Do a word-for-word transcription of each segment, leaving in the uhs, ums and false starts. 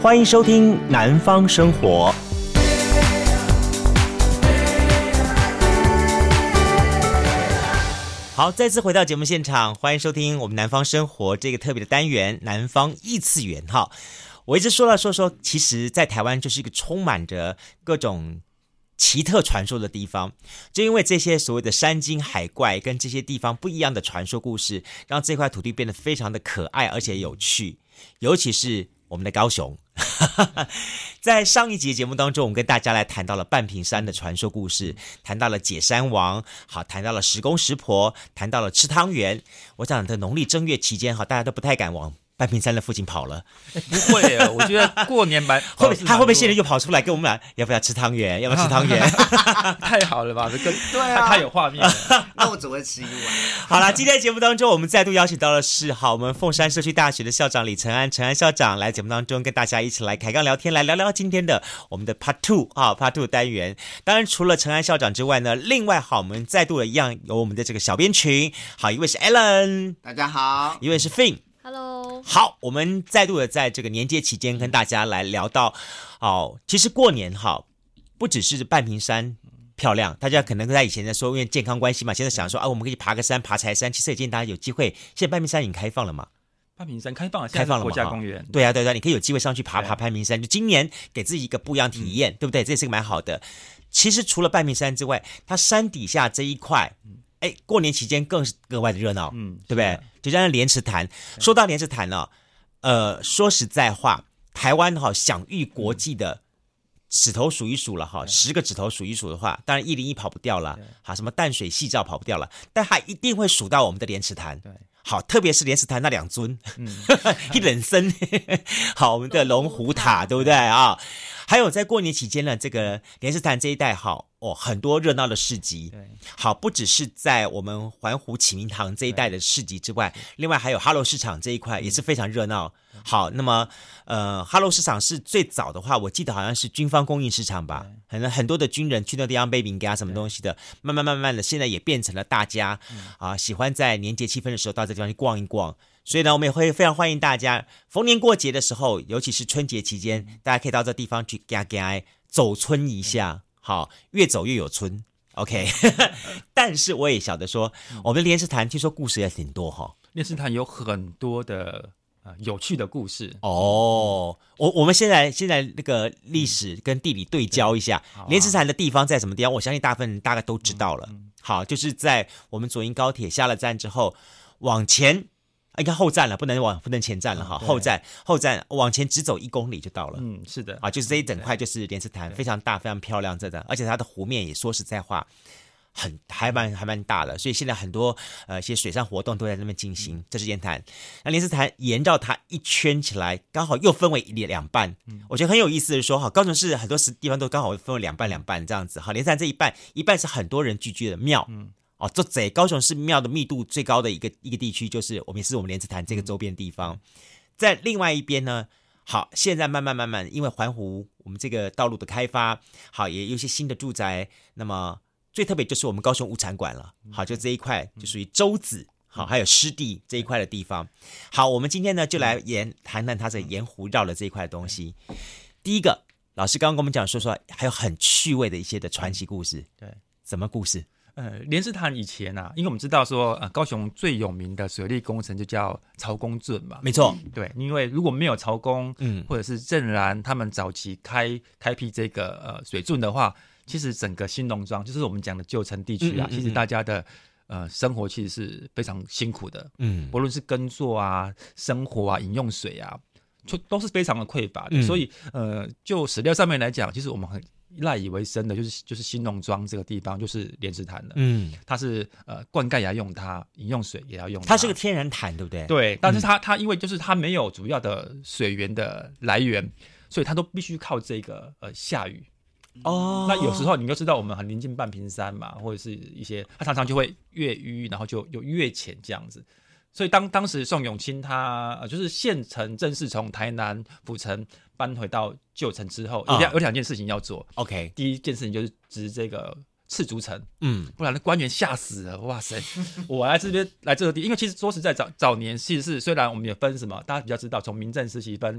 欢迎收听《南方生活》。好，再次回到节目现场，欢迎收听我们《南方生活》这个特别的单元——南方异次元哈。我一直说了说说，其实在台湾就是一个充满着各种奇特传说的地方，就因为这些所谓的山精海怪跟这些地方不一样的传说故事，让这块土地变得非常的可爱而且有趣。尤其是我们的高雄在上一集节目当中，我们跟大家来谈到了半屏山的传说故事，谈到了解山王，好，谈到了十公十婆，谈到了吃汤圆。我想在农历正月期间，好，大家都不太敢往半屏山的附近跑了。 欸、不会耶，我觉得过年蛮会不会他会不会现在又跑出来跟我们俩要不要吃汤圆？要不要吃汤圆？ 太好了吧，这跟对啊， 太有画面了。 那我只会吃一碗。 好啦，今天的节目当中，我们再度邀请到的是好我们凤山社区大学的校长李承安，承安校长来节目当中跟大家一起来开杠聊天，来聊聊今天的我们的 Part Two 啊 Part Two 单元。当然，除了承安校长之外呢，另外好我们再度的一样有我们的这个小编群，好，一位是 Alan， 大家好， 一位是 Fin。Hello， 好，我们再度的在这个年节期间跟大家来聊到，哦，其实过年哈，不只是半屏山漂亮，大家可能在以前在说因为健康关系嘛，现在想说啊，我们可以爬个山，爬柴山，其实已经大家有机会，现在半屏山已经开放了嘛。 半屏山开放了， 开放了嘛， 国家公园。 对啊，对啊，你可以有机会上去爬爬半屏山，就今年给自己一个不一样体验，嗯、对不对？这也是个蛮好的。其实除了半屏山之外，它山底下这一块。哎，过年期间更是格外的热闹，嗯，对不对？就像莲池潭，说到莲池潭呢、哦，呃，说实在话，台湾哈、哦、享誉国际的指头数一数了哈，十个指头数一数的话，当然一零一跑不掉了，好，什么淡水夕照跑不掉了，但它一定会数到我们的莲池潭，对。好，特别是莲池潭那两尊，嗯，一冷森，好，我们的龙虎塔，对不对啊？还有在过年期间呢，这个莲池潭这一带，好哦，很多热闹的市集，对，好，不只是在我们环湖启明堂这一带的市集之外，另外还有哈喽市场这一块也是非常热闹。好，那么呃，哈喽市场是最早的话，我记得好像是军方供应市场吧，可能很多的军人去那地方背饼干什么东西的，慢慢慢慢的，现在也变成了大家、嗯、啊喜欢在年节气氛的时候到这地方去逛一逛。所以呢，我们也会非常欢迎大家逢年过节的时候，尤其是春节期间，大家可以到这地方去走走走春一下，好，越走越有春。OK， 但是我也晓得说，我们莲池潭听说故事也挺多哈。 莲池潭有很多的、呃、有趣的故事哦。我我们现在现在那个历史跟地理对焦一下，莲池潭的地方在什么地方？我相信大部分人大概都知道了。嗯、好，就是在我们左营高铁下了站之后，往前。应该后站了，不能往不能前站了哈，后站后站往前只走一公里就到了。 嗯，是的， 啊，就是这一整块就是莲池潭，非常大，非常漂亮，真的，而且它的湖面也说实在话，很还蛮还蛮大的，所以现在很多呃一些水上活动都在那边进行。这是莲潭，那莲池潭沿绕它一圈起来，刚好又分为两半。嗯，我觉得很有意思的说，哈，高雄市很多地方都刚好分为两半两半这样子。好，莲池潭这一半，一半是很多人聚居的庙。嗯。哦，这在高雄市庙的密度最高的一个一个地区，就是我们也是我们莲池潭这个周边地方。在另外一边呢，好，现在慢慢慢慢，因为环湖我们这个道路的开发，好，也有一些新的住宅。那么最特别就是我们高雄物产馆了，好，就这一块就属于洲子，好，还有湿地这一块的地方。好，我们今天呢就来沿谈谈它的沿湖绕的这一块的东西。第一个，老师刚刚跟我们讲说说，还有很趣味的一些的传奇故事。对，什么故事？ 呃，莲池潭以前啊，因为我们知道说，呃，高雄最有名的水利工程就叫曹公圳嘛， 没错， 对，因为如果没有曹公，嗯，或者是郑然他们早期开开辟这个呃水圳的话，其实整个新农庄，就是我们讲的旧城地区啊，嗯嗯嗯，其实大家的呃生活其实是非常辛苦的，嗯，不论是耕作啊、生活啊、饮用水啊，就都是非常的匮乏的，嗯，所以呃，就史料上面来讲，其实我们很赖以为生的就是就是新农庄这个地方，就是莲池潭的，嗯，它是呃灌溉也要用它，饮用水也要用它， 它是个天然潭，对不对？ 对，但是它、嗯、它因为就是它没有主要的水源的来源，所以它都必须靠这个呃下雨。哦，那有时候你就知道我们很临近半屏山嘛，或者是一些它常常就会越淤，然后就有越浅这样子。所以当当时宋永清他、呃、就是县城正式从台南府城搬回到旧城之后，有两、哦、有两件事情要做。 OK， 第一件事情就是植这个赤竹城，嗯，不然那官员吓死了。哇塞，我来这边来这个地，因为其实说实在早早年其实是虽然我们也分什么，大家比较知道从民政时期分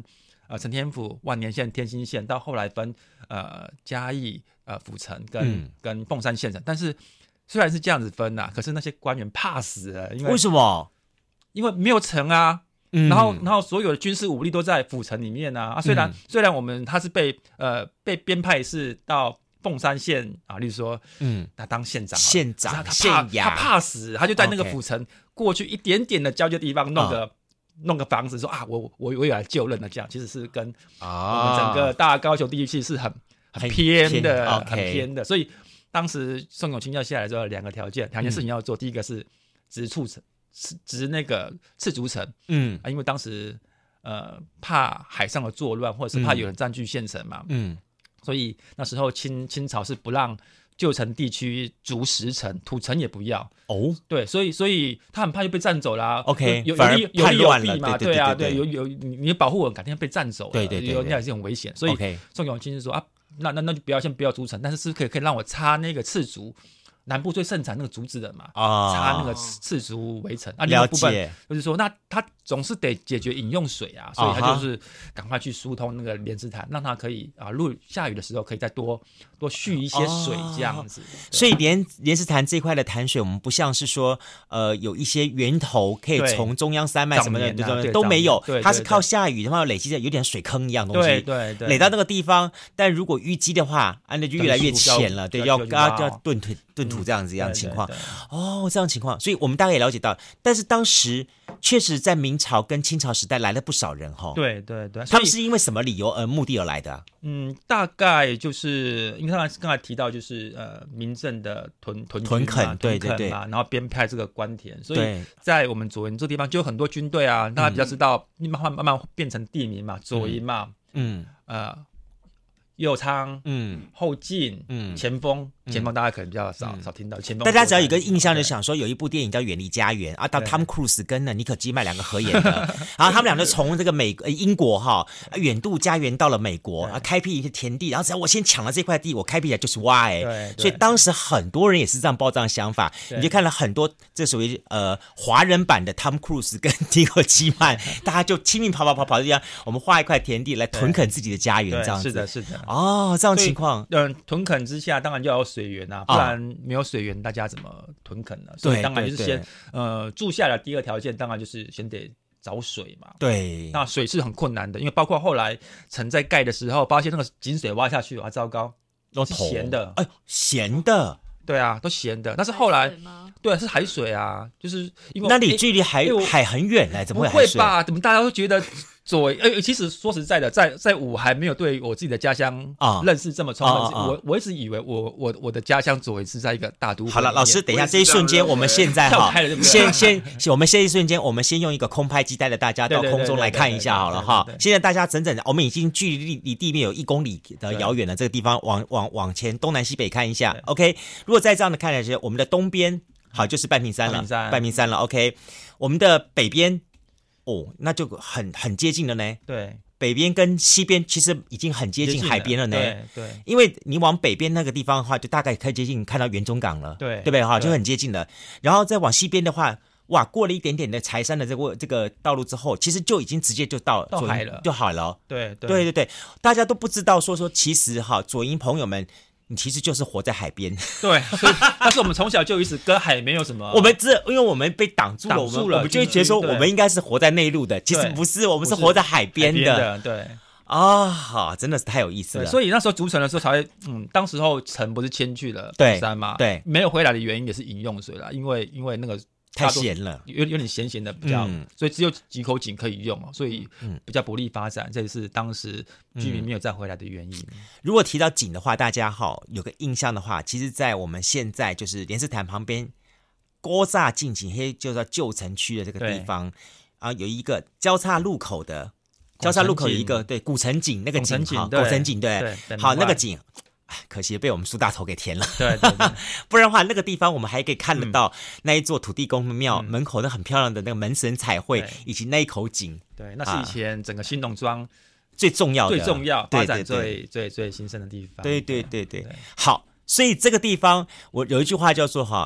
呃承天府、万年县、天兴县，到后来分呃嘉义、呃府城跟、嗯、跟凤山县城。但是虽然是这样子分啊，可是那些官员怕死了，因为为什么？ 因为没有城啊。嗯、然后，然后所有的军事武力都在府城里面啊。啊虽然、嗯、虽然我们他是被呃被编派是到凤山县啊，例如说，嗯，他当县长， 县长， 他怕县衙， 他怕死，他就在那个府城过去一点点的交接地方弄个、哦、弄个房子，说啊，我我我有来就任了，这样其实是跟我们整个大高雄地区其实是很很偏的，很 偏, 很偏的。所以当时宋永清要下来之后，两个条件，两件事情要做，嗯、第一个是直处城。直那个赤足城，嗯啊，因为当时呃怕海上的作乱，或者是怕有人占据县城嘛，嗯，所以那时候清清朝是不让旧城地区筑石城，土城也不要哦，对，所以所以他很怕就被占走啦、啊、 ，OK， 有有利有利有弊嘛， 对对啊，对，有有你你保护我，改天被占走了， 对对对， 那也是很危险，所以宋永清就说啊，那那那就不要先不要筑城，但是是可以可以让我插那个赤足。南部最盛产那个竹子的嘛，哦、插那个赤足围城啊。另外部分就是说，那他总是得解决饮用水啊，所以他就是赶快去疏通那个莲池潭，让他可以啊，路下雨的时候可以再多多蓄一些水这样子。哦、 所以莲莲池潭这块的潭水，我们不像是说呃有一些源头可以从中央山脉什么的啊、 都没有，它是靠下雨的话累积的有点水坑一样东西， 对对对， 垒到那个地方。但如果淤积的话，啊那就越来越浅了，对，要要要顿退。顿土这样子一样情况、嗯、对对对哦，这样情况，所以我们大概也了解到，但是当时确实在明朝跟清朝时代来了不少人哈。 对对对， 他们是因为什么理由而目的而来的、啊？ 嗯，大概就是因为刚才刚才提到就是呃民政的屯屯屯垦，对对对， 然后编派这个官田，所以在我们左营这地方就有很多军队啊，大家比较知道，慢慢慢慢变成地名嘛，左营嘛，嗯呃。右昌、嗯，后进、嗯，前锋，前锋大家可能比较少、嗯、少听到。前锋， 大家只要有一个印象，就想说有一部电影叫《远离家园》啊，到汤姆·克鲁斯跟呢妮可基曼两个合演的，然后他们两个从这个美英国哈远渡家园到了美国啊，开辟一些田地，然后只要我先抢了这块地，我开辟起来就是挖哎、欸，所以当时很多人也是这样抱这样想法，你就看了很多这属于呃华人版的汤姆·克鲁斯跟妮可基曼，大家就拼命跑跑跑跑这样，我们画一块田地来屯垦自己的家园，这样子， 是的，是的， 哦，这样情况， 嗯，屯垦之下当然就要有水源啊，不然没有水源，大家怎么屯垦呢？所以当然就是先呃住下来，第二条件当然就是先得找水嘛。 对， 那水是很困难的，因为包括后来城在盖的时候，发现那个井水挖下去啊，糟糕，都是咸的， 哎，咸的， 对啊，都咸的。但是后来，对，是海水啊，就是因为那里距离海海很远嘞，怎么会海水？ 不会吧？怎么大家都觉得？左呃，其实说实在的，在在我还没有对我自己的家乡啊认识这么充分，啊啊、我我一直以为我我我的家乡左营是在一个大都会。 好了，老师，等一下，这一瞬间我们现在哈，先先我们这一瞬间，我们先用一个空拍机带着大家到空中来看一下好了哈。现在大家整整我们已经距离离地面有一公里的遥远了，这个地方往往往前东南西北看一下 ，OK。如果再这样的看下去，我们的东边好就是半屏山了，半屏山了 ，OK。我们的北边。哦，那就很很接近了呢。 对， 北边跟西边其实已经很接近海边了呢。 对对， 因为你往北边那个地方的话，就大概可以接近看到园中港了。 对， 对不对哈？就很接近了。然后再往西边的话，哇，过了一点点的柴山的这个这个道路之后，其实就已经直接就到到海了， 就好了。 对对对对对，大家都不知道说说，其实哈，左营朋友们。你其实就是活在海边， 对，所以但是我们从小就一直跟海没有什么， 我们只因为我们被挡住了，挡住了，我们就会觉得说我们应该是活在内陆的，其实不是，我们是活在海边的， 边的对啊，好，真的是太有意思了。 所以那时候筑城的时候才会，嗯，当时候城不是迁去了山嘛， 对， 没有回来的原因也是饮用水啦，因为因为那个。 太咸了， 有有点咸咸的比较、嗯，所以只有几口井可以用，所以比较不利发展，这也是当时居民没有再回来的原因。 嗯、如果提到井的话，大家哈有个印象的话，其实，在我们现在就是莲池潭旁边，高栅进井黑就叫旧城区的这个地方啊，有一个交叉路口的交叉路口有一个对古城井那个井哈，古城井 对, 对, 对，好那个井。可惜被我们苏大头给填了， 对对对不然的话，那个地方我们还可以看得到那一座土地公庙、嗯、门口的很漂亮的那个门神彩绘，以及那一口井。 对，那是以前整个新农庄、啊、 最重要的、 最重要、发展最对对对最最兴盛的地方。 对对对 对, 对，好，所以这个地方我有一句话叫做哈，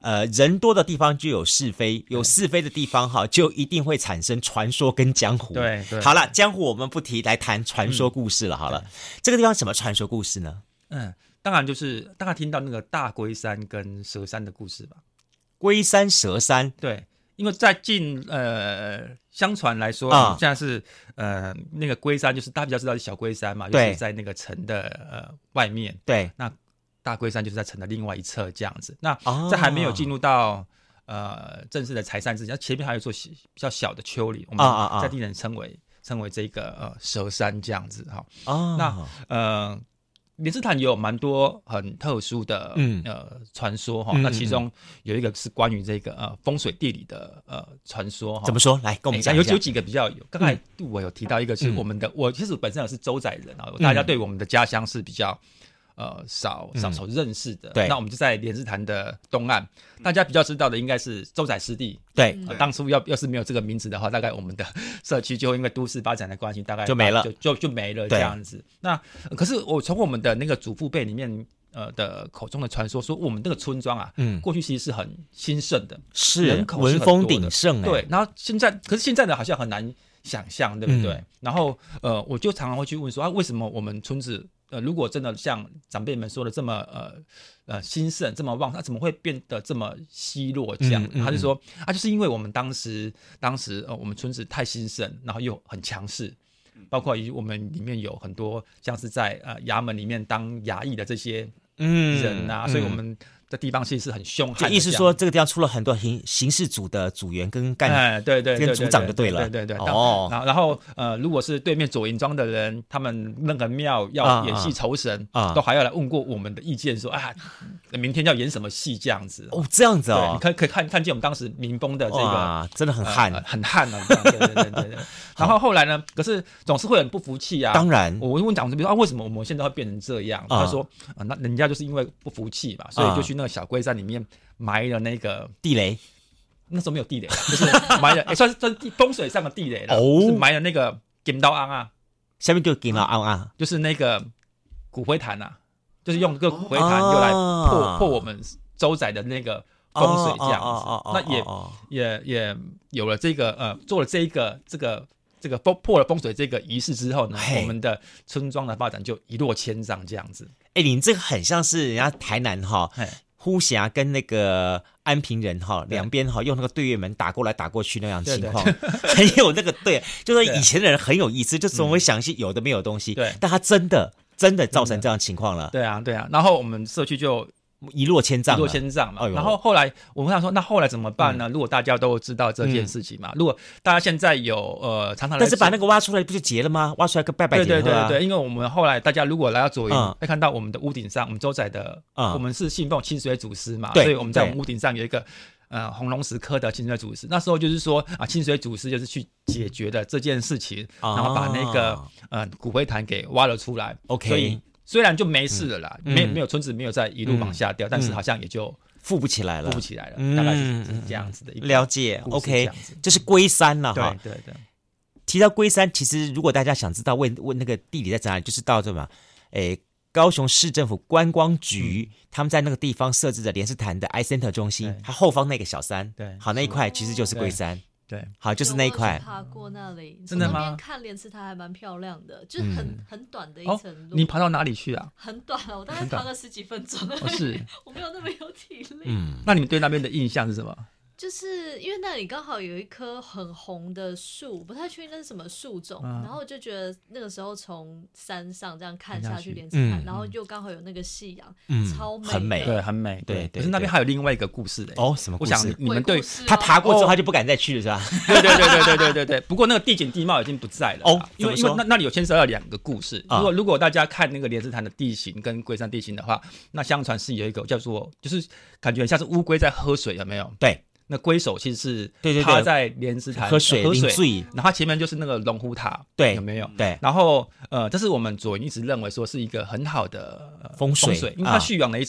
呃，人多的地方就有是非，有是非的地方哈，就一定会产生传说跟江湖。 对对。 好了，江湖我们不提，来谈传说故事了。好了，嗯、这个地方什么传说故事呢？ 嗯，当然就是大概听到那个大龟山跟蛇山的故事吧。 龟山蛇山， 对，因为在近呃相传来说，啊、现在是呃那个龟山，就是大家比较知道是小龟山嘛，就是在那个城的呃外面。 对， 那大龟山就是在城的另外一侧这样子。那在还没有进入到呃正式的柴山之前，前面还有一座比较小的丘陵，我们在地人称为、啊啊啊、称为这个呃蛇山这样子哈。哦，那呃莲池潭也有蛮多很特殊的、嗯、呃传说哈。嗯、那其中有一个是关于这个呃风水地理的呃传说。 怎么说？来跟我们讲一下。 有有几个比较有，刚才我有提到一个是我们的，嗯、我其实本身也是洲仔人啊，大家对我们的家乡是比较。呃，少少少认识的，嗯、对，那我们就在莲池潭的东岸，大家比较知道的应该是洲仔湿地， 对、 呃，当初要要是没有这个名字的话，大概我们的社区就因为都市发展的关系，大概就没了， 就就就没了这样子。那、呃、可是我从我们的那个祖父辈里面，呃的口中的传说，说我们这个村庄啊，嗯，过去其实是很兴盛的， 是人口是文风鼎盛， 对，然后现在，可是现在的好像很难想象，对不对？嗯、然后呃，我就常常会去问说啊，为什么我们村子？呃，如果真的像长辈们说的这么呃呃兴盛这么旺，它怎么会变得这么稀落这样？嗯嗯、他就说啊，就是因为我们当时当时呃我们村子太兴盛，然后又很强势，包括于我们里面有很多像是在呃衙门里面当衙役的这些人啊，嗯、所以我们的地方其实是很凶悍的。 就意思说，这个地方出了很多刑刑事组的组员跟干， 哎，对对对， 跟组长就对了， 对对对。哦，然后然后呃，如果是对面左营庄的人，他们那个庙要演戏酬神啊，都还要来问过我们的意见，说啊，明天要演什么戏这样子。 哦，这样子哦， 你可以可以看看见我们当时民风的这个， 真的很悍， 呃、很悍啊，对对对对对。然后后来呢，可是总是会很不服气啊。 当然， 我问讲师，比如说啊，为什么我们现在会变成这样？啊、他说啊，那人家就是因为不服气嘛，所以就去那个小龟山里面埋了那个地雷。 那时候没有地雷，就是埋了，欸、算是算是风水上的地雷了。哦，是埋了那个金刀甕啊， 下面就金刀甕啊， 就是那个骨灰坛啊，就是用这个骨灰坛又来破、哦、破我们洲仔的那个风水这样子。哦哦哦哦、那也、哦、也也有了这个呃，做了这一个这个。这个破了风水这个仪式之后呢，我们的村庄的发展就一落千丈这样子。 哎、欸，你这个很像是人家台南哈，呼峡跟那个安平人哈，两边哈用那个对月门打过来打过去那样情况，很有那个对，就是以前的人很有意思，就总会想一些有的没有的东西，对、嗯，但他真的真的造成这样情况了。 对啊，对啊，然后我们社区就。 一落千丈， 一落千丈嘛。哎、然后后来我们想说，那后来怎么办呢？嗯、如果大家都知道这件事情嘛，嗯、如果大家现在有呃常常来， 但是把那个挖出来不就结了吗？挖出来个拜拜节、啊、 对对对对，因为我们后来大家如果来到左营，嗯、会看到我们的屋顶上，我们洲仔的，嗯、我们是信奉清水祖师嘛，所以我们在我们屋顶上有一个呃红龙石刻的清水祖师。那时候就是说啊，清水祖师就是去解决的这件事情，嗯、然后把那个呃骨灰坛给挖了出来。OK， 所以。虽然就没事了啦，嗯、没没有村子没有再一路往下掉，嗯、但是好像也就富不起来了， 富不起来了，嗯、大概是这样子的一个了解。OK， 这是龟山了哈。 对对对。 提到龟山，其实如果大家想知道问问那个地理在哪里，就是到这嘛，诶，高雄市政府观光局、嗯、他们在那个地方设置的莲池潭的 iCenter 中心，它后方那个小山，对，好那一块其实就是龟山。 对， 好，就是那一块。 爬过那里， 真的吗？ 那边看莲池潭还蛮漂亮的，就是很、嗯、很短的一层路、 哦。你爬到哪里去啊？ 很短啊，我大概爬了十几分钟。 哦，是， 我没有那么有体力。 嗯，那你们对那边的印象是什么？ 就是因为那里刚好有一棵很红的树，不太确定那是什么树种，嗯、然后我就觉得那个时候从山上这样看下去莲池潭，然后又刚好有那个夕阳，嗯、超美， 很美， 对，很美，对。可是那边还有另外一个故事嘞。 哦，什么故事？ 我想你们对、哦、 他爬过之后他就不敢再去了，是吧？ 对对对对对对对对。不过那个地景地貌已经不在了哦，因为因为那那里有牵涉到两个故事。如果、嗯、如果大家看那个莲池潭的地形跟龟山地形的话，那相传是有一个叫做，就是感觉像是乌龟在喝水，有没有？ 对。 那龟手其实是趴在莲池潭喝水，喝水，然后前面就是那个龙虎塔， 对， 有没有？ 对。 然后呃，这是我们左营一直认为说是一个很好的、呃、 风水， 风水，因为它蓄养了一只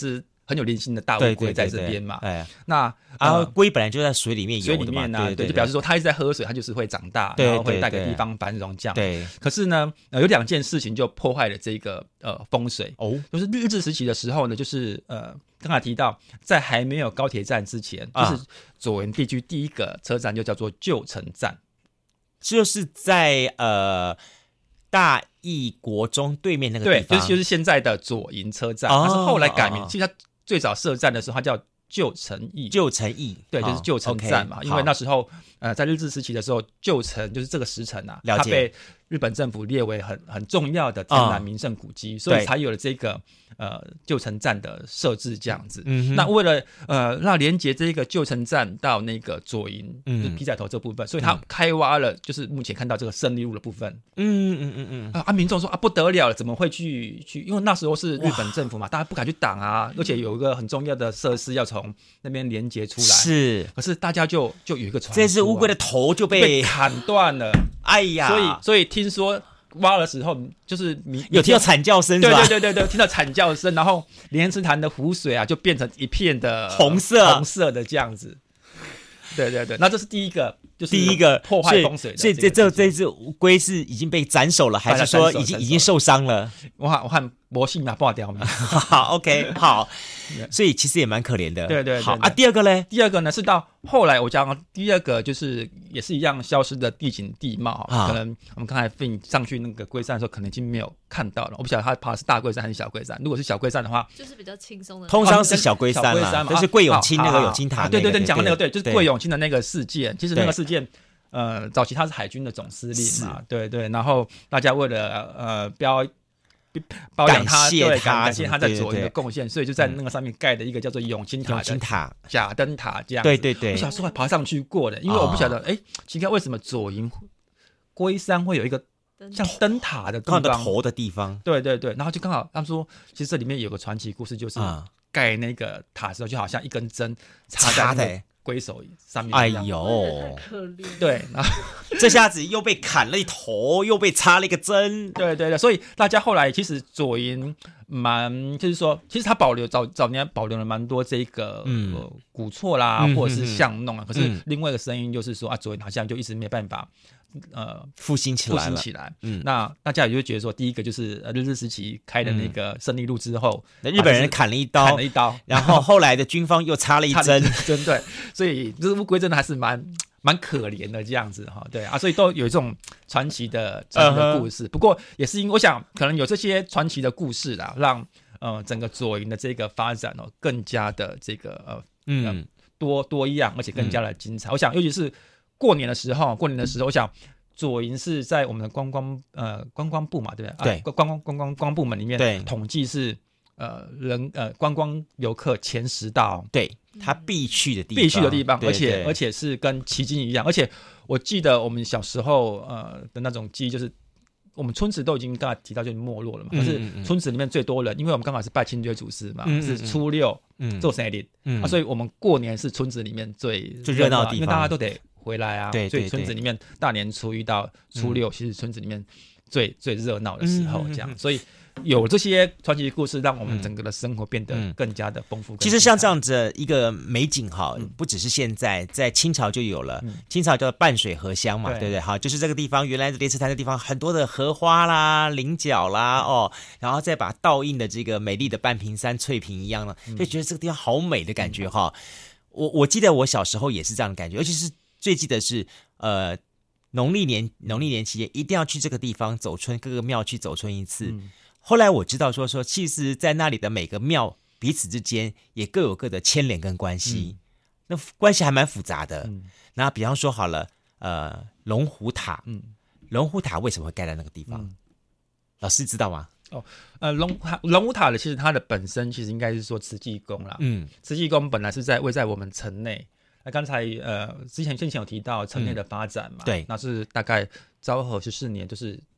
很有灵性的大乌龟在这边嘛。 对对对对那啊，龟、呃、本来就在水里面游的嘛， 水里面啊， 对, 对, 对, 对，就表示说它一直在喝水，它就是会长大， 对对对对， 然后会带给地方繁荣这样。 对。 可是呢，呃，有两件事情就破坏了这个呃风水哦，就是日治时期的时候呢，就是呃刚才提到，在还没有高铁站之前，啊、就是左营地区第一个车站就叫做旧城站， 就是在呃大义国中对面那个地方， 对，就是就是现在的左营车站，它、哦、是后来改名，哦、其实它最早设站的时候，它叫旧城驿， 旧城驿， 对，就是旧城站嘛。因为那时候，呃，在日治时期的时候，旧城就是这个时辰啊，它被日本政府列为很很重要的天然名胜古迹，嗯、所以才有了这个呃旧城站的设置这样子。嗯、那为了呃让连接这个旧城站到那个左营，嗯、就是皮仔头这部分，所以它开挖了，就是目前看到这个胜利路的部分。嗯嗯嗯嗯。啊，民众说啊不得了了，怎么会去去？因为那时候是日本政府嘛，大家不敢去挡啊，而且有一个很重要的设施要从那边连接出来。 是， 可是大家就就有一个传说、啊， 这只乌龟的头就被, 被砍断了。 哎呀， 所以所以听说挖的时候，就是有听到惨叫声， 对对对对对，听到惨叫声，然后莲池潭的湖水啊，就变成一片的红色红色的这样子。对对对，那这是第一个，就是第一个破坏风水的。 所以这这这只乌龟是已经被斩首了，还是说已经已经受伤了？ 我看我看魔性嘛爆掉嘛。 好 ，OK， 好，所以其实也蛮可怜的。 对对对， 好啊。第二个呢？ 第二个呢是到后来我讲第二个就是也是一样消失的地景地貌，啊、可能我们刚才飞上去那个龟山的时候，可能已经没有看到了。我不晓得他爬的是大龟山还是小龟山。如果是小龟山的话， 就是比较轻松的。 通常是小龟山啦，就是桂永清那个永清塔、那個。 对对对，你讲的那个对，就是桂永清的那个事件。其实那个事件，呃，早期他是海军的总司令嘛，对对。然后大家为了呃标包养他，对，感谢他在左营的贡献，所以就在那个上面盖的一个叫做永清塔的假灯塔这样子。 对对对， 我小时候还爬上去过的，因为我不晓得，哎、哦，奇怪为什么左营龟山会有一个像灯塔的地方， 刚好头的地方。 对对对，然后就刚好他们说，其实这里面有个传奇故事，就是盖那个塔的时候，就好像一根针插在龟手上面。 哎呦， 可怜。 对，然后这下子又被砍了一头，又被插了一个针。 对对对，所以大家后来其实左营蛮，就是说，其实他保留早早年保留了蛮多这个、嗯呃、古厝啦，嗯、或者是巷弄啊。嗯、可是另外一个声音就是说、嗯、啊，左营好像就一直没办法。呃， 复兴起来了， 复兴起来。嗯，那大家也就觉得说，第一个就是日治时期开的那个胜利路之后， 那、嗯、日本人砍了一刀， 砍了一刀， 然后后来的军方又插了一针， 针对，所以这乌龟真的还是蛮蛮可怜的这样子哈。对啊，所以都有这种传奇的传奇的故事。Uh-huh. 不过也是因为我想，可能有这些传奇的故事啦，让呃整个左营的这个发展哦，更加的这个呃嗯、呃、多多样，而且更加的精彩。嗯、我想，尤其是过年的时候，过年的时候，我想左营是在我们的观光呃观光部嘛，对不对？ 对， 啊、观光观光观光部门里面， 对， 统计是呃人呃观光游客前十大、哦， 对，他必去的地方， 必去的地方， 对对而且而且是跟旗津一样，而且我记得我们小时候呃的那种记忆就是。我们村子都已经刚才提到就没落了嘛，可是村子里面最多人，因为我们刚好是拜清追祖师嘛，嗯嗯嗯是初六做生日、嗯啊，所以我们过年是村子里面最最热闹的地方， 因为大家都得回来啊， 对对对， 所以村子里面大年初一到初六，嗯、其实村子里面最最热闹的时候，这样，嗯嗯嗯嗯所以。有这些传奇故事，让我们整个的生活变得更加的丰富、嗯嗯。 其实像这样子一个美景哈，嗯、不只是现在，在清朝就有了。嗯、清朝叫淡水荷香嘛，对, 对不对？好，就是这个地方原来的莲池潭的地方，很多的荷花啦、菱角啦，哦，然后再把倒映的这个美丽的半屏山、翠屏一样呢，就觉得这个地方好美的感觉哈。嗯、我我记得我小时候也是这样的感觉，尤其是最记得是呃农历年农历年期间一定要去这个地方走春，各个庙去走春一次。嗯后来我知道说说，其实，在那里的每个庙彼此之间也各有各的牵连跟关系，嗯、那关系还蛮复杂的。嗯、那比方说好了，呃，龙虎塔，嗯，龙虎塔为什么会盖在那个地方？嗯、老师知道吗？ 哦，呃，龙龙虎塔的其实它的本身其实应该是说慈济宫啦，嗯，慈济宫本来是在位在我们城内。那刚才呃之前先前有提到城内的发展嘛， 嗯、对， 那是大概昭和十四年就是。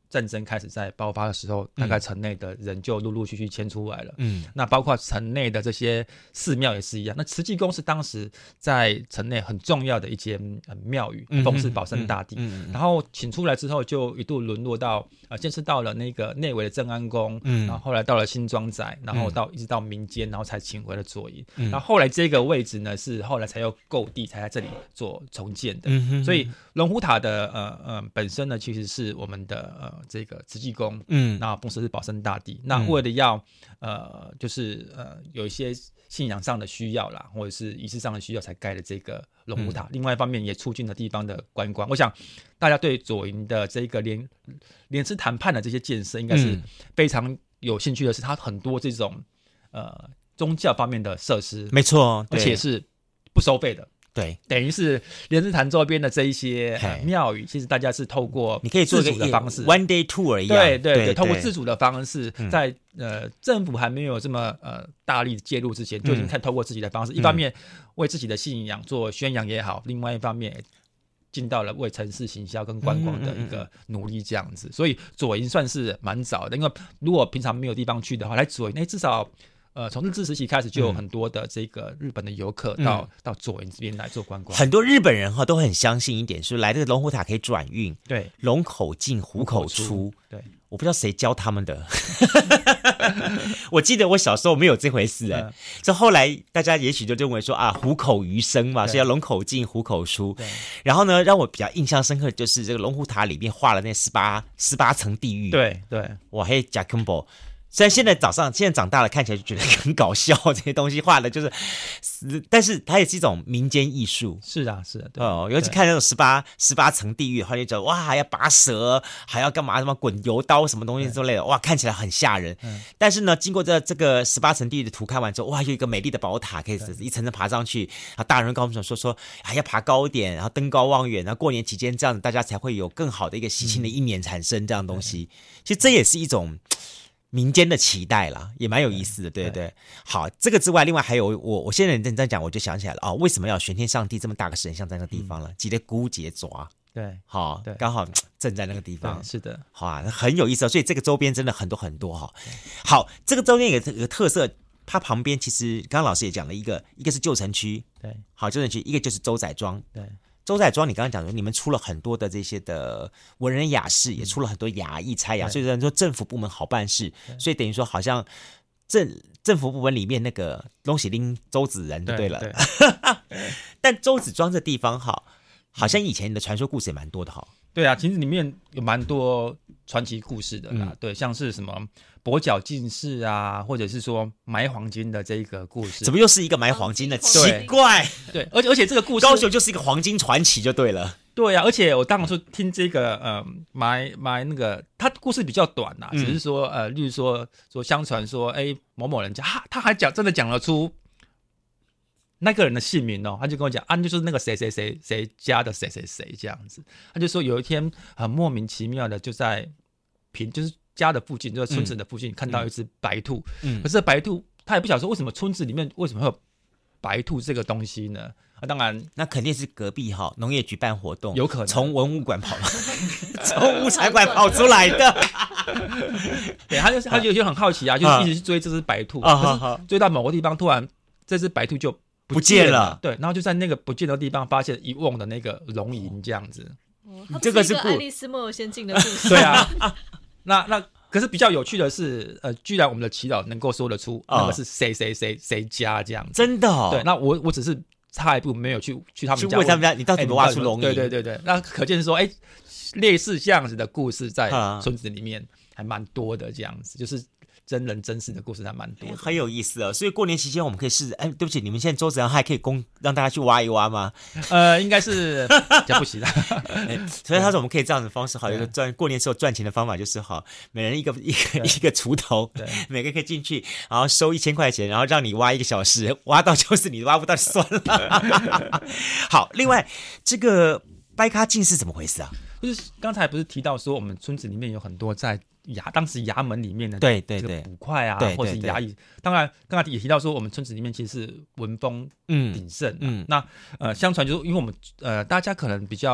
战争开始在爆发的时候，大概城内的人就陆陆续续迁出来了。 嗯， 那包括城内的这些寺庙也是一样。那慈济宫是当时在城内很重要的一间庙宇，奉祀保生大帝。嗯嗯嗯、然后请出来之后，就一度沦落到呃，先是到了那个内围的正安宫，嗯，然后后来到了新庄仔，然后到、嗯、一直到民间，然后才请回了左营。嗯、然后后来这个位置呢，是后来才又购地，才在这里做重建的。嗯、哼哼所以龙虎塔的呃呃本身呢，其实是我们的呃。这个慈济宫，嗯，那奉祀是保生大帝。那为了要呃，就是呃，有一些信仰上的需要啦，或者是仪式上的需要，才盖了这个龙虎塔。嗯、另外一方面，也促进了地方的观光。我想大家对左营的这个莲莲池潭畔的这些建设，应该是非常有兴趣的是，它很多这种呃宗教方面的设施， 没错， 而且是不收费的。 对， 等于是莲池潭周边的这一些庙宇、呃，其实大家是透过你可以做自主的方式 ，one day tour 一样， 对对 对, 对，透过自主的方式，嗯、在呃政府还没有这么呃大力介入之前，就已经看透过自己的方式，嗯、一方面为自己的信仰做宣扬也好，另外一方面尽到了为城市行销跟观光的一个努力，这样子。嗯嗯嗯所以左营算是蛮早的，因为如果平常没有地方去的话，来左营，那至少。呃，从日治时期开始，就有很多的这个日本的游客到、嗯、到左营这边来做观光。 很多日本人哈都很相信一点，是来这个龙虎塔可以转运， 对， 龙口进虎口出。 对， 我不知道谁教他们的。我记得我小时候没有这回事哎、欸，这、嗯、后来大家也许就认为说啊，虎口余生嘛，所以要龙口进虎口出。然后呢，让我比较印象深刻的就是这个龙虎塔里面画了那十八十八层地狱。 对对， 哇嘿，贾肯博。虽然现在早上现在长大了，看起来就觉得很搞笑，这些东西画的就是，但是它也是一种民间艺术。 是啊，是啊， 哦，尤其看那种十八十八层地狱，他就觉得哇，还要拔舌，还要干嘛什么滚油刀什么东西之类的，哇，看起来很吓人。但是呢，经过这这个十八层地狱的图看完之后，哇，有一个美丽的宝塔，可以一层层爬上去。然后大人告诉我们说说，还要爬高一点，然后登高望远，然后过年期间这样子，大家才会有更好的一个喜庆的一年产生这样的东西。其实这也是一种。民间的期待啦，也蛮有意思的，对不 对, 对？好，这个之外，另外还有我，我现在认真讲，我就想起来了哦，为什么要玄天上帝这么大个神像在那个地方了？几个孤节抓， 对， 好，对，刚好正在那个地方， 是的， 好啊，很有意思、哦。所以这个周边真的很多很多哈、哦。好，这个周边有个特色，它旁边其实刚刚老师也讲了一个，一个是旧城区， 对， 好，旧城区，一个就是洲仔庄， 对。 洲仔庄，你刚刚讲说你们出了很多的这些的文人雅士，也出了很多雅艺差雅，所以说政府部门好办事，所以等于说好像政政府部门里面那个东西拎周子人就对了。对对但洲子庄这地方哈，好像以前的传说故事也蛮多的哈。 对啊，其实里面有蛮多传奇故事的啦。嗯、对，像是什么跛脚进士啊，或者是说埋黄金的这一个故事。 怎么又是一个埋黄金的？奇怪。 对，而且而且这个故事， 高雄就是一个黄金传奇就对了。 对啊，而且我当初听这个呃埋埋那个，他故事比较短呐、啊，只是说呃，例如说说相传说，哎某某人家他他还讲真的讲得出那个人的姓名哦，他就跟我讲啊，就是那个谁谁谁谁家的谁谁谁这样子。他就说有一天很莫名其妙的就在平就是家的附近，就是村子的附近、嗯、看到一只白兔，嗯，可是白兔他也不晓得说为什么村子里面为什么会有白兔这个东西呢？啊，当然那肯定是隔壁哈农业局办活动， 有可能从文物馆跑从物产馆跑出来的。 对，他就他就就很好奇啊，就是一直去追这只白兔，啊、可是追到某个地方，突然这只白兔就不见了， 不见了， 对，然后就在那个不见的地方发现一瓮的那个龙银这样子。 哦，这个是爱丽丝梦游仙境的故事。 对啊，那那可是比较有趣的是，呃，居然我们的祈祷能够说得出那个是谁谁谁谁家这样子， 真的哦。 对，那我我只是差一步没有去去他们家， 去问他们家，你到底怎么挖出龙银？ 对对对对，那可见说，哎，类似这样子的故事在村子里面还蛮多的，这样子就是。真人真事的故事还蛮多的、欸， 很有意思哦。所以过年期间我们可以试试。哎，对不起，你们现在周子阳还可以供让大家去挖一挖吗？ 呃，应该是讲不行的。 欸、所以他说我们可以这样的方式，好，有一个赚过年时候赚钱的方法就是好，每人一个一个一个锄头，每个可以进去，然后收一千块钱，然后让你挖一个小时，挖到就是你挖不到就算了。好，另外这个掰咖镜是怎么回事啊？ 就是刚才不是提到说我们村子里面有很多在。衙当时衙门里面的对对对捕快啊， 对对对或者是衙役，当然刚才也提到说，我们村子里面其实是文风鼎盛、啊，嗯嗯，那呃，相传就是因为我们呃大家可能比较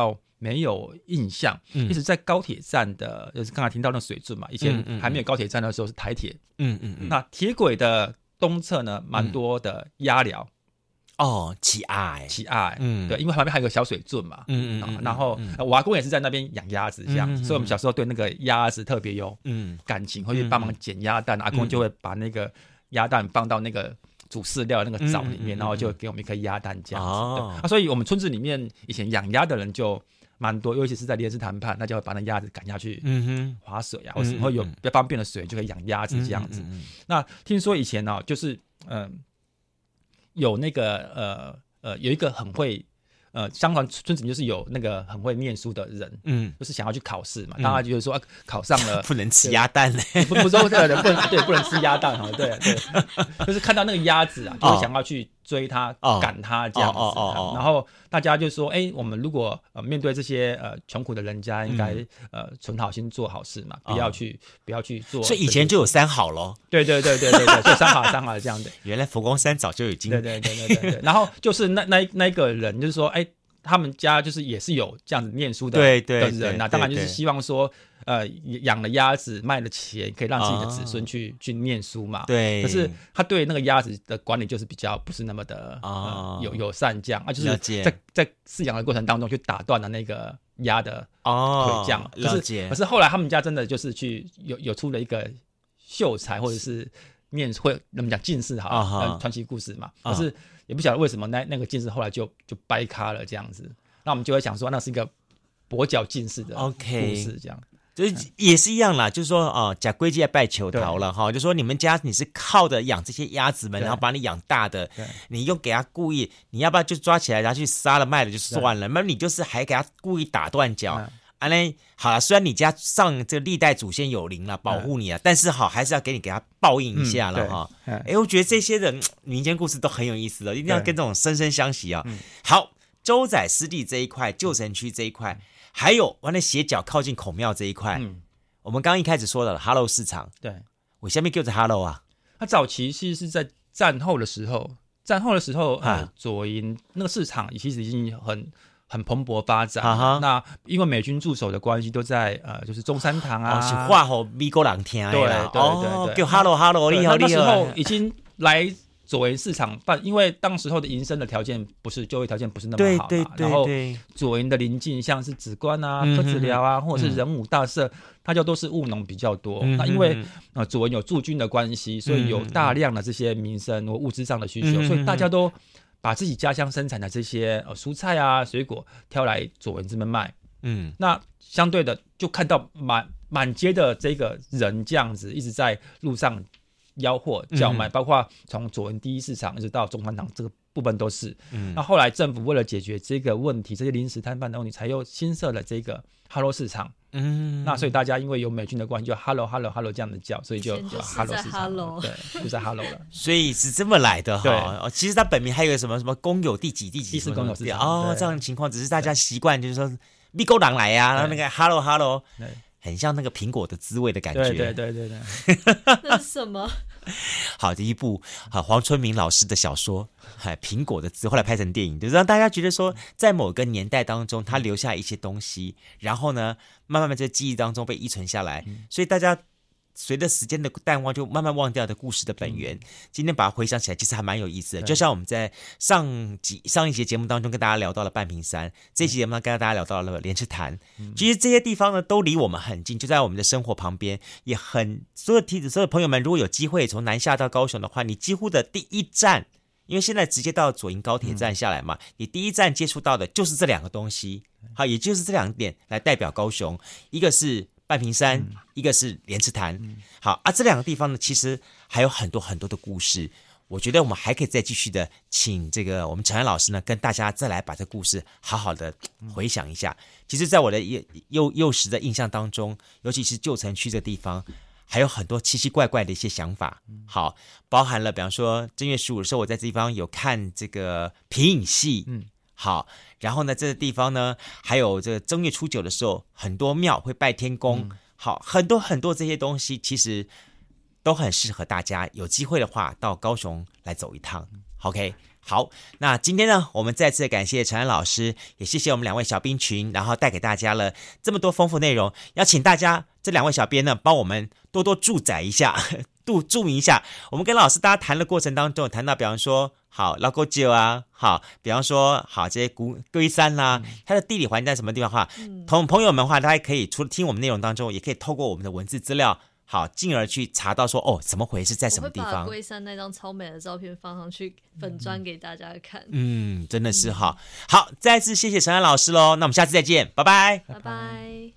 没有印象，嗯、一直在高铁站的，就是刚才听到那水圳嘛，以前还没有高铁站的时候是台铁，嗯嗯嗯，那铁轨的东侧呢，蛮多的鸭寮。 哦，起爱， 起爱，嗯，对，因为旁边还有个小水圳嘛，嗯嗯、啊，然后、嗯、我阿公也是在那边养鸭子，这样，嗯、所以我们小时候对那个鸭子特别有感情，嗯、会去帮忙捡鸭蛋，嗯、阿公就会把那个鸭蛋放到那个煮饲料的那个澡里面，嗯、然后就给我们一颗鸭蛋这样子，哦、对啊，所以我们村子里面以前养鸭的人就蛮多，尤其是在莲池潭畔，那就会把那鸭子赶下去，嗯哼，划水啊，或是会有比较方便的水就可以养鸭子这样子。嗯嗯嗯、那听说以前呢、哦，就是嗯。呃有那个呃呃，有一个很会呃，香港村子就是有那个很会念书的人，嗯，就是想要去考试嘛，大家觉得说、啊、考上了不能吃鸭蛋嘞， 不不说对不能对不能吃鸭蛋哈，对对，就是看到那个鸭子啊，就会想要去追它、哦、赶它这样子，哦哦哦哦、然后大家就说，哎，我们如果呃面对这些呃穷苦的人家，应该、嗯、呃存好心做好事嘛，不要去、哦、不要去做， 所以以前就有三好咯， 对对对对对对，就三好三好这样的。 原来佛光山早就已经对对对对对对，然后就是那那那个人就是说，哎。他们家就是也是有这样子念书的对对的人啊，当然就是希望说，呃，养了鸭子卖了钱，可以让自己的子孙去、哦、去念书嘛。对。可是他对那个鸭子的管理就是比较不是那么的、哦呃、有友善这样啊，就是在在饲养的过程当中去打断了那个鸭的腿这样。哦，了解。可是后来他们家真的就是去有有出了一个秀才或者是面会我们讲进士好了，传、哦、奇故事嘛。可是。也不晓得为什么那那个进士后来就就掰咖了这样子，那我们就会想说那是一个跛脚进士的故事这样， okay, 就是也是一样啦，就是说哦，假规矩要拜求桃了哈，就说你们家你是靠着养这些鸭子们，然后把你养大的，你又给他故意，你要不要就抓起来然后去杀了卖了就算了，那你就是还给他故意打断脚。啊嘞，好了，虽然你家上这个历代祖先有灵了，保护你啊，嗯、但是好还是要给你给他报应一下了哈。哎、嗯欸，我觉得这些的民间故事都很有意思的，一定要跟这种生生相惜啊。嗯、好，洲仔湿地这一块，旧城区这一块，还有完了斜角靠近孔庙这一块，嗯、我们刚刚一开始说的 Hello 市场， 对， 我下面叫着 Hello 啊。 它早期其实是在战后的时候，战后的时候，呃，左营那个市场其实已经很。很蓬勃发展，啊、那因为美军驻守的关系，都在呃，就是中山堂啊， 哦、是话给美国人听的啦， 对对对对， 哦、叫 Hello Hello， 厉害厉害。那时候已经来左营市场办，因为当时候的营生的条件不是就业条件不是那么好嘛， 对对对对， 然后左营的邻近像是梓官啊、柯子寮啊，或者是仁武大社，它就都是务农比较多。嗯、那因为呃左营有驻军的关系，所以有大量的这些民生或物资上的需求，嗯、所以大家都。把自己家乡生产的这些、呃、蔬菜啊、水果挑来左营这边卖，嗯，那相对的就看到满满街的这个人这样子一直在路上吆喝叫卖，嗯、包括从左营第一市场一直到中山堂这个部分都是。嗯，那后来政府为了解决这个问题，这些临时摊贩的问题，才又新设了这个 Hello 市场。嗯，那所以大家因为有美军的关系，就 Hello Hello Hello 这样的叫，所以就有 Hello 市场，对，就在 Hello 了。 所以是这么来的哈。哦，其实它本名还有什么什么公有第几第几第四公有市场哦，这样的情况只是大家习惯就是说咪勾狼来呀，然后那个 Hello Hello， 很像那个苹果的滋味的感觉。 对对对对对， 那是什么？ 好的一部好黄春明老师的小说《苹果的滋》，后来拍成电影，就是让大家觉得说，在某个年代当中，他留下一些东西，然后呢，慢慢慢在记忆当中被依存下来，嗯、所以大家随着时间的淡忘，就慢慢忘掉的故事的本源。嗯、今天把它回想起来，其实还蛮有意思的。就像我们在上集上一节节目当中跟大家聊到了半屏山，这期节目呢跟大家聊到了莲池潭。嗯、其实这些地方呢都离我们很近，就在我们的生活旁边，也很所有提所有朋友们，如果有机会从南下到高雄的话，你几乎的第一站。因为现在直接到左营高铁站下来嘛，嗯、你第一站接触到的就是这两个东西，好，也就是这两点来代表高雄，一个是半屏山，嗯、一个是莲池潭，嗯、好啊，这两个地方呢，其实还有很多很多的故事，我觉得我们还可以再继续的，请这个我们陈安老师呢，跟大家再来把这故事好好的回想一下。嗯、其实，在我的幼幼时的印象当中，尤其是旧城区这地方。还有很多奇奇怪怪的一些想法，好，包含了比方说正月十五的时候，我在这地方有看这个皮影戏，嗯，好，然后呢，这个地方呢，还有这个正月初九的时候，很多庙会拜天公，嗯、好，很多很多这些东西，其实都很适合大家有机会的话到高雄来走一趟。OK， 好，那今天呢，我们再次感谢陈安老师，也谢谢我们两位小编群，然后带给大家了这么多丰富内容。要请大家这两位小编呢，帮我们多多注载一下，注注明一下。我们跟老师大家谈的过程当中，谈到比方说，好老狗酒啊，好，比方说好这些古龟山啦、啊嗯，它的地理环境在什么地方的话，同、嗯、朋友们的话，大家可以除了听我们内容当中，也可以透过我们的文字资料。好，进而去查到说哦，怎么回事，在什么地方？我会把龟山那张超美的照片放上去粉专给大家看。 嗯，真的是哈、嗯。好，再次谢谢陈安老师喽，那我们下次再见，拜拜， 拜拜。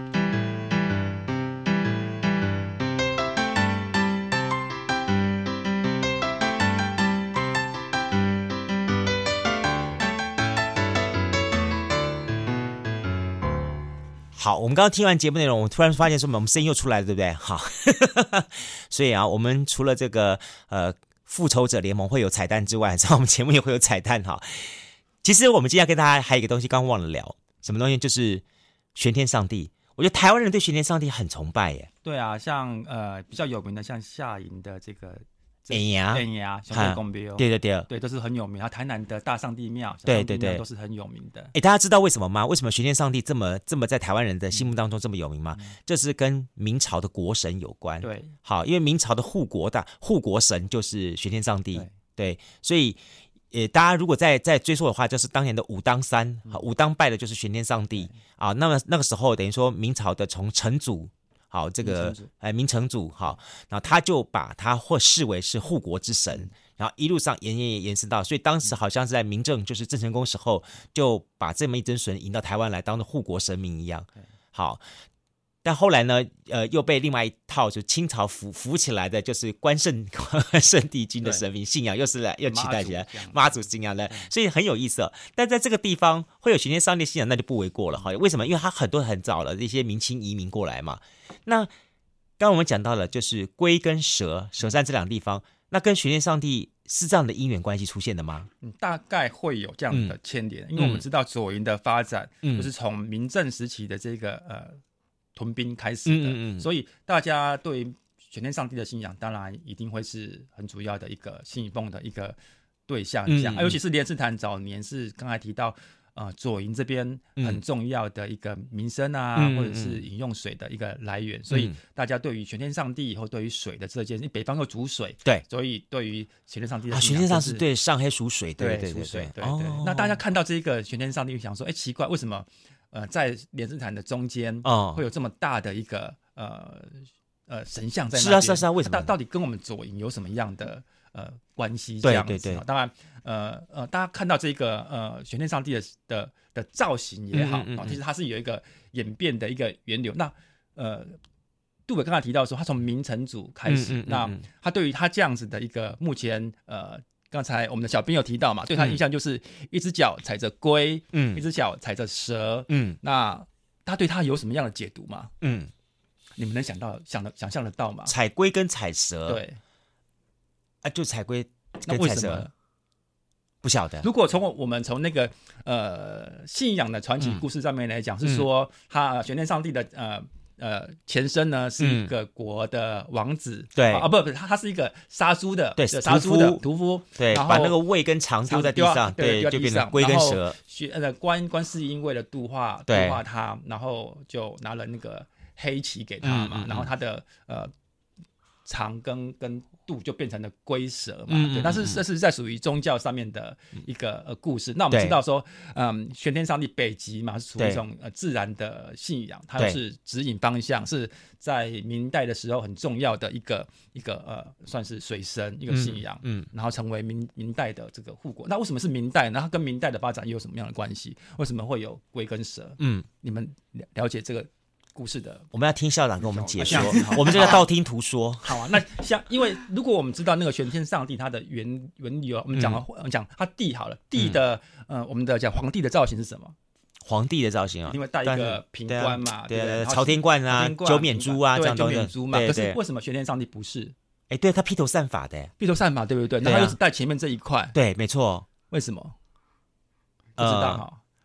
好，我们刚刚听完节目内容，我突然发现说我们声音又出来了，对不对？好，所以啊，我们除了这个呃复仇者联盟会有彩蛋之外，我们节目也会有彩蛋哈。其实我们今天要跟大家还有一个东西，刚刚忘了聊，什么东西？就是玄天上帝。我觉得台湾人对玄天上帝很崇拜耶。 对啊，像呃比较有名的，像下营的这个。 哎呀， 哎呀，小天公庙， 对对对， 对，都是很有名。然后台南的大上帝庙， 对对对， 都是很有名的。 哎，大家知道为什么吗？为什么玄天上帝这么这么在台湾人的心目当中这么有名吗？嗯、这是跟明朝的国神有关。 对， 好，因为明朝的护国的护国神就是玄天上帝。对，对，所以呃，大家如果再再追溯的话，就是当年的武当山，嗯、武当拜的就是玄天上帝啊。那么那个时候等于说明朝的从成祖。好，这个哎，明成祖好，然后他就把他或视为是护国之神，然后一路上延延延延伸到，所以当时好像是在明正就是郑成功时候，就把这么一尊神引到台湾来，当做护国神明一样。好，但后来呢，呃，又被另外一套就清朝扶扶起来的，就是关圣圣帝君的神明信仰，又是来又取代起来妈祖信仰的，所以很有意思、哦。但在这个地方会有玄天上帝信仰，那就不为过了哈。为什么？因为他很多很早了，这些明清移民过来嘛。那刚刚我们讲到了，就是龟跟蛇蛇山这两个地方，那跟玄天上帝是这样的因缘关系出现的吗？ 嗯，大概会有这样的牵连、嗯，因为我们知道左营的发展，嗯，就是从明正时期的这个呃屯兵开始的，嗯嗯嗯，所以大家对于玄天上帝的信仰，当然一定会是很主要的一个信奉的一个对象，这样、嗯嗯啊，尤其是莲池潭早年是刚才提到。呃，左营这边很重要的一个民生啊、嗯，或者是饮用水的一个来源，嗯、所以大家对于玄天上帝以后对于水的这件事，北方又主水， 对， 所以对于玄天上帝的、 啊，玄天上帝对上黑属水，对对对对对对、哦。那大家看到这个玄天上帝，就想说，哎，奇怪，为什么呃在莲池潭的中间哦会有这么大的一个呃呃神像在那边？ 是啊是啊是啊，为什么？ 到到底跟我们左营有什么样的？呃，关系这样子，对对对，当然，呃呃，大家看到这个呃玄天上帝的的的造型也好，嗯嗯嗯、其实它是有一个演变的一个源流。那呃，杜伟刚才提到说，他从明成祖开始，嗯嗯嗯嗯那他对于他这样子的一个目前呃，刚才我们的小编有提到嘛，对他印象就是一只脚踩着龟，嗯，一只脚踩着蛇，嗯，那他对他有什么样的解读吗？嗯，你们能想到想的想象得到吗？ 踩龟跟踩蛇， 对。 啊，就踩龟跟踩蛇， 不晓得。 如果从我们从那个呃信仰的传奇故事上面来讲，嗯、是说他玄天上帝的呃呃前身呢是一个国的王子， 嗯、对啊不不，他他是一个杀猪的， 对杀猪的屠夫， 对，把那个胃跟肠丢在地上， 对， 就变成龟跟蛇。 学呃观观世音为了度化度化他，然后就拿了那个黑旗给他嘛，嗯嗯嗯然后他的呃肠跟跟度就变成了龟蛇嘛，嗯、对，但是这是在属于宗教上面的一个、呃、故事。那我们知道说，嗯，玄天上帝北极嘛，是属于一种呃自然的信仰，它是指引方向，是在明代的时候很重要的一个一个呃，算是水神一个信仰，嗯，嗯然后成为明明代的这个护国。那为什么是明代呢？它跟明代的发展又有什么样的关系？为什么会有龟跟蛇？嗯，你们了解这个故事的， 我们要听校长跟我们解说，我们这个道听途说。 好啊，那像因为如果我们知道那个玄天上帝他的原原由，我们讲了，嗯、我们讲他帝好了，帝的、嗯、呃，我们的讲皇帝的造型是什么？ 皇帝的造型啊， 因为戴一个平冠嘛， 对对， 对朝天冠啊，九冕珠啊，这样九冕珠嘛。可是为什么玄天上帝不是？ 哎，对他披头散发的， 披头散发，对不对？那他又是戴前面这一块， 对，没错。 为什么？不知道哈。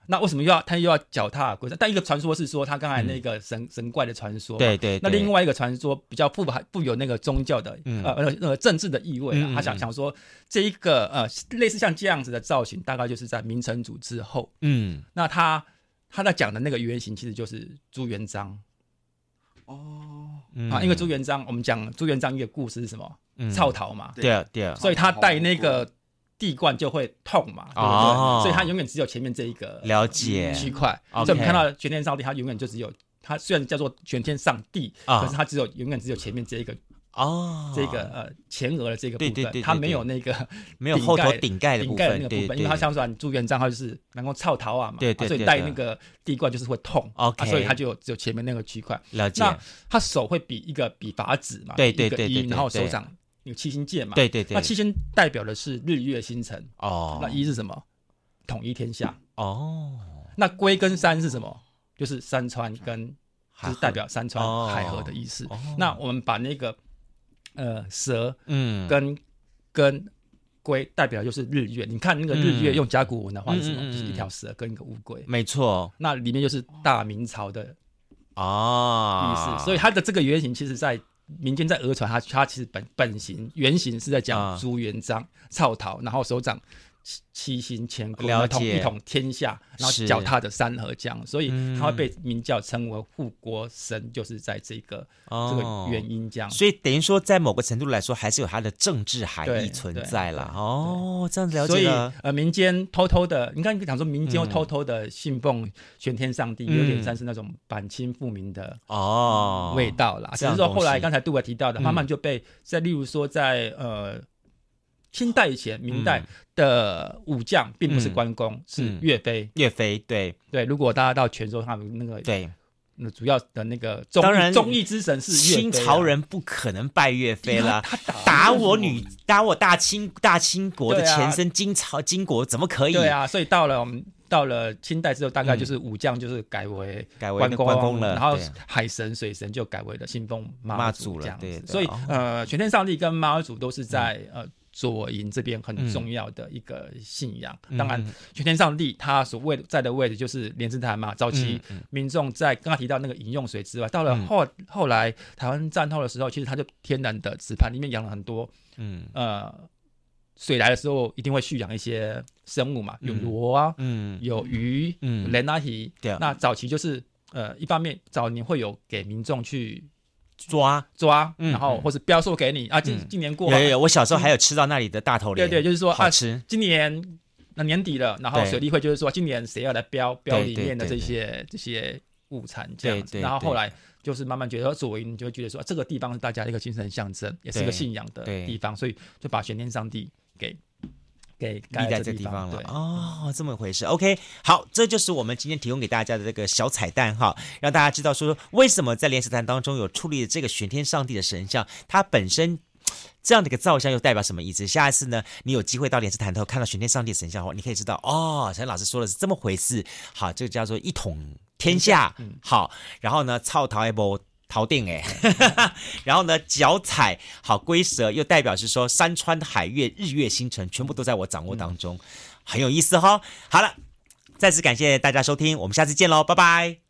那为什么又要他又要脚踏龟山？但一个传说是说他刚才那个神、嗯、神怪的传说， 对 对, 对。 那另外一个传说比较富富有那个宗教的、嗯、呃呃政治的意味、啊嗯、他想想说这一个呃类似像这样子的造型，大概就是在明成祖之后。嗯，那他他在讲的那个原型其实就是朱元璋。哦、嗯，啊，因为朱元璋，我们讲朱元璋一个故事是什么？嗯、操逃嘛， 对啊对啊， 所以他戴那个地冠就会痛嘛，对不对？哦、所以他永远只有前面这一个了解区块。所以我们看到玄天上帝，他永远就只有他虽然叫做玄天上帝，哦、可是他只有永远只有前面这一个。哦，这个呃前额的这个部分，对对对对对，它没有那个没有后头顶盖的部分， 顶盖的那个部分，对对对，因为它相传朱元璋他就是能够操逃啊嘛， 对对对对， 啊、所以戴那个地冠就是会痛，啊、所以他就只有前面那个区块。 了解。 那他手会比一个比法指嘛， 对对对对， 然后手掌有七星剑嘛， 对对对。 那七星代表的是日月星辰哦，那一是什么？统一天下哦。那龟跟山是什么？就是山川跟就是代表山川海河的意思。哦、那我们把那个。呃，蛇，嗯，跟跟龟代表就是日月。你看那个日月用甲骨文的话是什么？嗯、就是一条蛇跟一个乌龟。 没错， 那里面就是大明朝的哦意思。所以它的这个原型，其实在民间在讹传，它它其实本本型原型是在讲朱元璋操逃，然后手掌。七星乾坤，一统天下，然后脚踏的山河这样，所以他会被明教称为护国神，就是在这个、哦、这个原因这样。 所以等于说，在某个程度来说，还是有它的政治含义存在啦。哦，这样子了解了。 所以呃，民间偷偷的，你看讲说民间偷偷的信奉玄天上帝，嗯、有点像是那种反清复明的哦味道啦。只是说后来刚才杜伟提到的，慢慢就被在例如说在呃。清代以前，明代的武将并不是关公，嗯、是岳飞。 岳飞，对对。 如果大家到泉州，他们那个对， 那主要的那个忠义忠义之神是岳飞、啊。 清朝人不可能拜岳飞了，他打打我女，打我大清大清国的前身金朝金国，怎么可以？ 对啊，所以到了我们到了清代之后，大概就是武将就是改为改为关公了， 然后海神水神就改为了信奉妈祖这样子。所以呃，玄天上帝跟妈祖都是在、嗯、呃。左营这边很重要的一个信仰，嗯、当然玄天上帝他所位在的位置就是莲池潭嘛。早期民众在刚刚提到那个饮用水之外，到了后、嗯、后来台湾战后的时候，其实它就天然的池畔里面养了很多，嗯呃，水来的时候一定会蓄养一些生物嘛，有螺啊，嗯，有鱼，嗯，莲啊鱼。那早期就是呃，一方面早年会有给民众去。 抓抓，嗯、然后或是标售给你、嗯、啊。今今年过， 有有有，我小时候还有吃到那里的大头莲，对对，就是说好吃。 啊、今年那年底了，然后水利会就是说，今年谁要来标标里面的这些这些物产这样子。对对对对，然后后来就是慢慢觉得左营，你就会觉得说、啊，这个地方是大家的一个精神象征，也是一个信仰的地方，所以就把玄天上帝给。给立在这地方了哦，这么回事。OK， 好，这就是我们今天提供给大家的这个小彩蛋哈，让大家知道说为什么在莲池潭当中有矗立的这个玄天上帝的神像，它本身这样的一个造像又代表什么意思？下一次呢，你有机会到莲池潭头看到玄天上帝的神像的话，你可以知道哦，陈老师说的是这么回事。好，这个叫做一统天下。嗯、好，然后呢，操逃一波。陶定哎，然后呢，脚踩好龟蛇，又代表是说山川海月日月星辰，全部都在我掌握当中，嗯、很有意思哈、哦。好了，再次感谢大家收听，我们下次见喽，拜拜。